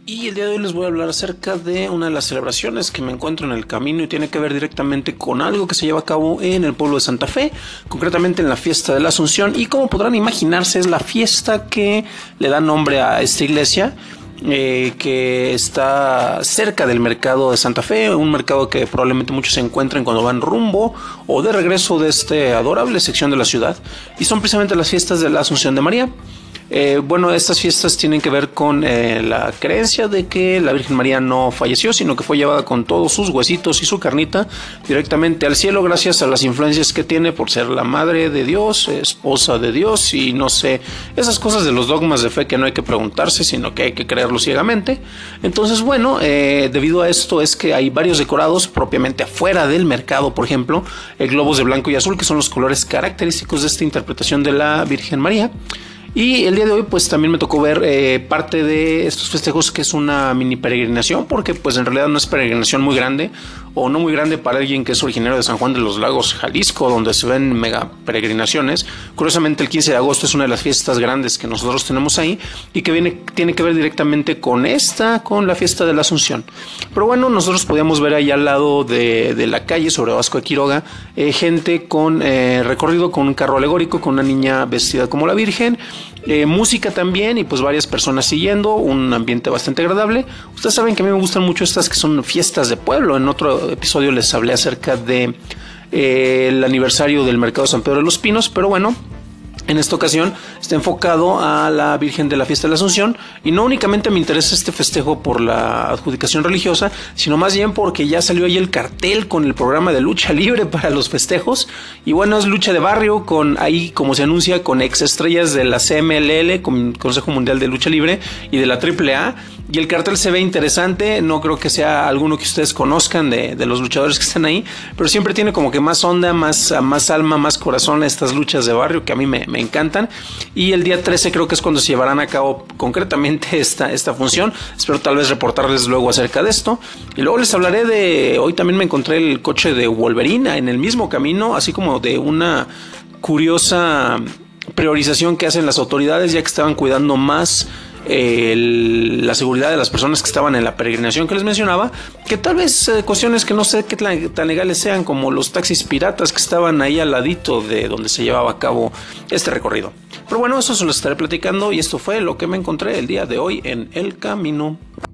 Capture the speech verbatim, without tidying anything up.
Y el día de hoy les voy a hablar acerca de una de las celebraciones que me encuentro en el camino y tiene que ver directamente con algo que se lleva a cabo en el pueblo de Santa Fe, concretamente en la fiesta de la Asunción. Y como podrán imaginarse, es la fiesta que le da nombre a esta iglesia, eh, que está cerca del mercado de Santa Fe, un mercado que probablemente muchos se encuentren cuando van rumbo o de regreso de esta adorable sección de la ciudad. Y son precisamente las fiestas de la Asunción de María. Eh, bueno, estas fiestas tienen que ver con eh, la creencia de que la Virgen María no falleció, sino que fue llevada con todos sus huesitos y su carnita directamente al cielo gracias a las influencias que tiene por ser la madre de Dios, esposa de Dios y no sé, esas cosas de los dogmas de fe que no hay que preguntarse, sino que hay que creerlo ciegamente. Entonces, bueno, eh, debido a esto es que hay varios decorados propiamente afuera del mercado, por ejemplo, eh, globos de blanco y azul, que son los colores característicos de esta interpretación de la Virgen María. Y el día de hoy pues también me tocó ver eh, parte de estos festejos, que es una mini peregrinación, porque pues en realidad no es peregrinación muy grande o no muy grande para alguien que es originario de San Juan de los Lagos, Jalisco, donde se ven mega peregrinaciones. Curiosamente el quince de agosto es una de las fiestas grandes que nosotros tenemos ahí y que viene, tiene que ver directamente con esta, con la fiesta de la Asunción. Pero bueno, nosotros podíamos ver ahí al lado de, de la calle, sobre Vasco de Quiroga, eh, gente con eh, recorrido con un carro alegórico, con una niña vestida como la Virgen. Eh, música también y pues varias personas siguiendo, un ambiente bastante agradable. Ustedes saben que a mí me gustan mucho estas que son fiestas de pueblo. En otro episodio les hablé acerca de eh, el aniversario del mercado de San Pedro de los Pinos, pero bueno, en esta ocasión está enfocado a la Virgen de la Fiesta de la Asunción, y no únicamente me interesa este festejo por la adjudicación religiosa, sino más bien porque ya salió ahí el cartel con el programa de lucha libre para los festejos. Y bueno, es lucha de barrio, con ahí, como se anuncia, con ex estrellas de la C M L L, Consejo Mundial de Lucha Libre, y de la triple A. Y el cartel se ve interesante, no creo que sea alguno que ustedes conozcan de, de los luchadores que están ahí, pero siempre tiene como que más onda, más, más alma, más corazón estas luchas de barrio que a mí me, me encantan. Y el día trece creo que es cuando se llevarán a cabo concretamente esta, esta función. Espero tal vez reportarles luego acerca de esto. Y luego les hablaré de, hoy también me encontré el coche de Wolverine en el mismo camino, así como de una curiosa priorización que hacen las autoridades, ya que estaban cuidando más El, la seguridad de las personas que estaban en la peregrinación que les mencionaba, que tal vez eh, cuestiones que no sé qué tan, tan legales sean, como los taxis piratas que estaban ahí al ladito de donde se llevaba a cabo este recorrido. Pero bueno, eso se lo estaré platicando, y esto fue lo que me encontré el día de hoy en el camino.